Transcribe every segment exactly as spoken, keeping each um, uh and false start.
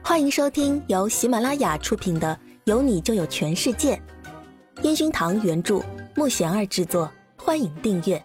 欢迎收听由喜马拉雅出品的《有你就有全世界》，烟熏堂原著，木贤儿制作，欢迎订阅。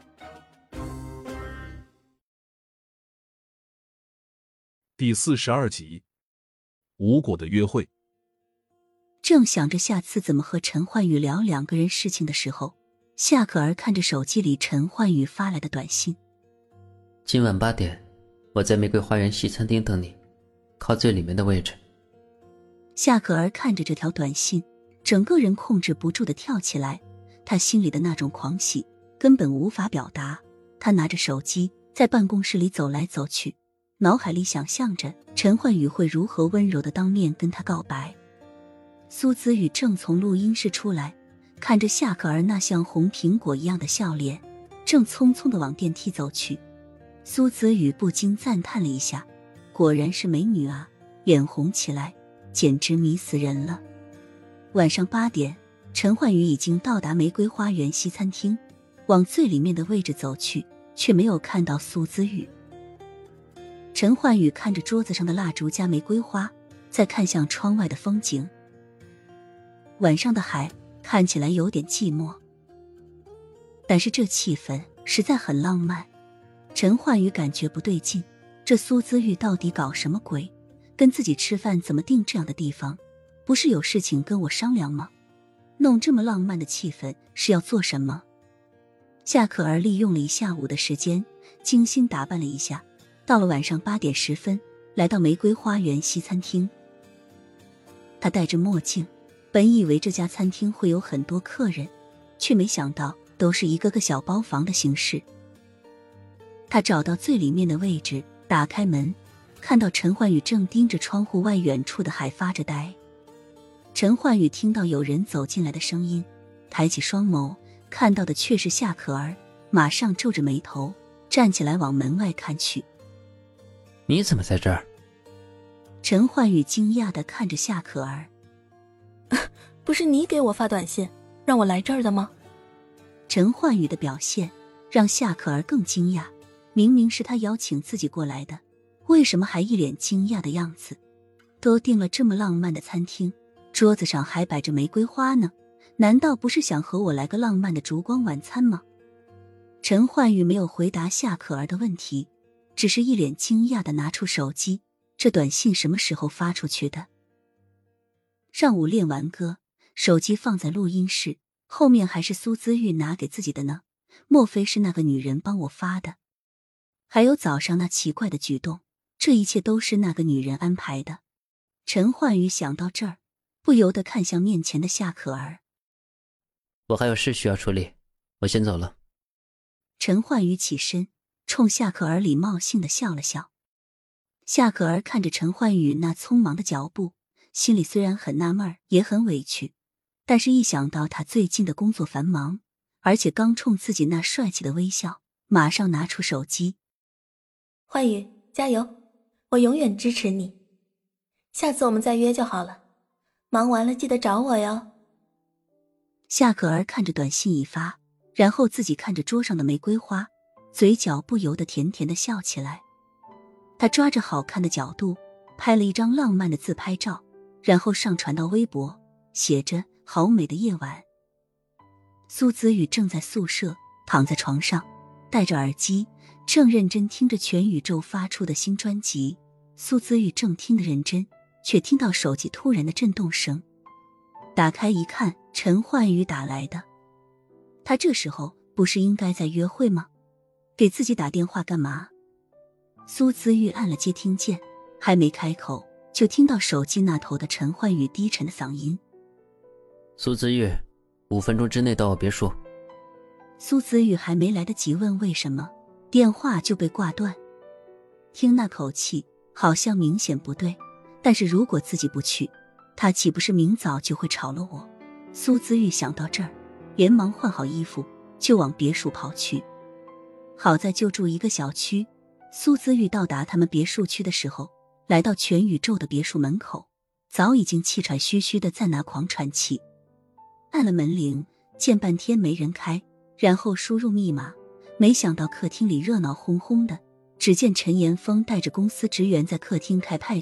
第四十二集，无果的约会。 正想着下次怎么和陈焕宇聊两个人事情的时候，夏可儿看着手机里陈焕宇发来的短信： 今晚八点，我在玫瑰花园西餐厅等你，靠最里面的位置。 夏可儿看着这条短信，整个人控制不住地跳起来，她心里的那种狂喜根本无法表达。她拿着手机在办公室里走来走去，脑海里想象着陈焕宇会如何温柔地当面跟她告白。苏子宇正从录音室出来，看着夏可儿那像红苹果一样的笑脸，正匆匆地往电梯走去。苏子宇不禁赞叹了一下，果然是美女啊，脸红起来简直迷死人了。晚上八点，陈焕宇已经到达玫瑰花园西餐厅，往最里面的位置走去，却没有看到苏子宇。陈焕宇看着桌子上的蜡烛加玫瑰花，再看向窗外的风景。晚上的海看起来有点寂寞，但是这气氛实在很浪漫。陈焕宇感觉不对劲，这苏姿玉到底搞什么鬼？跟自己吃饭怎么定这样的地方？不是有事情跟我商量吗？弄这么浪漫的气氛是要做什么？夏可儿利用了一下午的时间，精心打扮了一下，到了晚上八点十分，来到玫瑰花园西餐厅。她戴着墨镜，本以为这家餐厅会有很多客人，却没想到都是一个个小包房的形式。她找到最里面的位置，打开门，看到陈焕宇正盯着窗户外远处的海发着呆。陈焕宇听到有人走进来的声音，抬起双眸，看到的却是夏可儿，马上皱着眉头站起来往门外看去。 你怎么在这儿？ 陈焕宇惊讶地看着夏可儿。 不是你给我发短信让我来这儿的吗？ 陈焕宇的表现让夏可儿更惊讶，明明是他邀请自己过来的，为什么还一脸惊讶的样子？都订了这么浪漫的餐厅，桌子上还摆着玫瑰花呢，难道不是想和我来个浪漫的烛光晚餐吗？陈焕宇没有回答夏可儿的问题，只是一脸惊讶地拿出手机，这短信什么时候发出去的？上午练完歌，手机放在录音室，后面还是苏姿玉拿给自己的呢，莫非是那个女人帮我发的？还有早上那奇怪的举动，这一切都是那个女人安排的。陈焕宇想到这儿，不由得看向面前的夏可儿。 我还有事需要处理，我先走了。 陈焕宇起身，冲夏可儿礼貌性地笑了笑。夏可儿看着陈焕宇那匆忙的脚步，心里虽然很纳闷，也很委屈，但是一想到他最近的工作繁忙，而且刚冲自己那帅气的微笑，马上拿出手机。 焕宇，加油，我永远支持你，下次我们再约就好了，忙完了记得找我哟。 夏可儿看着短信一发，然后自己看着桌上的玫瑰花，嘴角不由得甜甜地笑起来。她抓着好看的角度拍了一张浪漫的自拍照，然后上传到微博，写着好美的夜晚。苏子宇正在宿舍躺在床上，戴着耳机，正认真听着全宇宙发出的新专辑。苏子玉正听得认真，却听到手机突然的震动声，打开一看，陈焕宇打来的。他这时候不是应该在约会吗？给自己打电话干嘛？苏子玉按了接听键，还没开口，就听到手机那头的陈焕宇低沉的嗓音： 苏子玉，五分钟之内到我别墅。 苏子玉还没来得及问为什么，电话就被挂断。听那口气好像明显不对，但是如果自己不去，他岂不是明早就会炒了我？苏子玉想到这儿，连忙换好衣服就往别墅跑去。好在就住一个小区，苏子玉到达他们别墅区的时候，来到全宇宙的别墅门口，早已经气喘吁吁的在那狂喘气。按了门铃，见半天没人开，然后输入密码，没想到客厅里热闹哄哄的，只见陈岩峰带着公司职员在客厅开派对，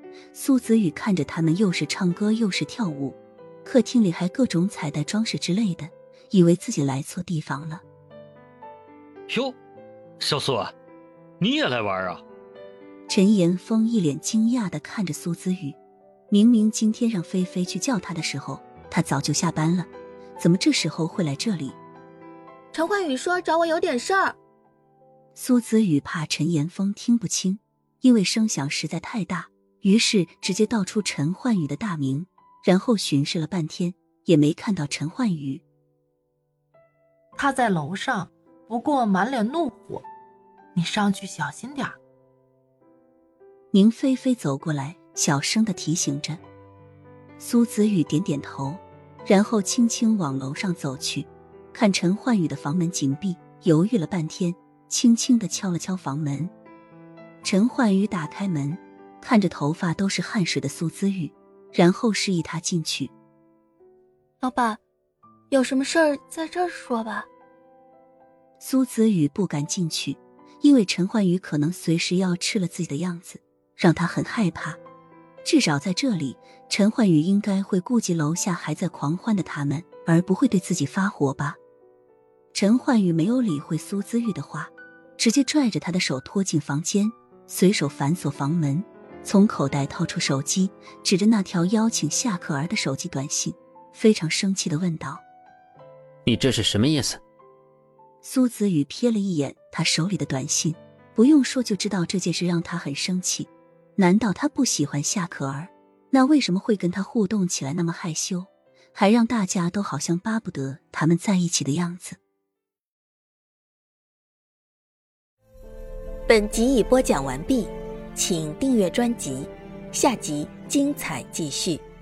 苏子宇看着他们又是唱歌又是跳舞，客厅里还各种彩带装饰之类的，以为自己来错地方了。 哟，小苏啊，你也来玩啊？ 陈岩峰一脸惊讶地看着苏子宇，明明今天让菲菲去叫他的时候，他早就下班了，怎么这时候会来这里？ 陈焕宇说找我有点事儿。 苏子宇怕陈岩峰听不清，因为声响实在太大，于是直接道出陈焕宇的大名，然后巡视了半天也没看到陈焕宇。 他在楼上，不过满脸怒火，你上去小心点儿。 宁菲菲走过来，小声地提醒着。苏子宇点点头，然后轻轻往楼上走去，看陈焕宇的房门紧闭，犹豫了半天，轻轻地敲了敲房门。陈焕宇打开门，看着头发都是汗水的苏子宇，然后示意他进去。 老板，有什么事儿在这儿说吧。 苏子宇不敢进去，因为陈焕宇可能随时要吃了自己的样子，让他很害怕。至少在这里，陈焕宇应该会顾及楼下还在狂欢的他们，而不会对自己发火吧。陈焕宇没有理会苏子玉的话，直接拽着他的手拖进房间，随手反锁房门，从口袋掏出手机，指着那条邀请夏可儿的手机短信，非常生气地问道： 你这是什么意思？ 苏子宇瞥了一眼他手里的短信，不用说就知道这件事让他很生气。难道他不喜欢夏可儿？那为什么会跟他互动起来那么害羞，还让大家都好像巴不得他们在一起的样子？ 本集已播讲完毕，请订阅专辑，下集精彩继续。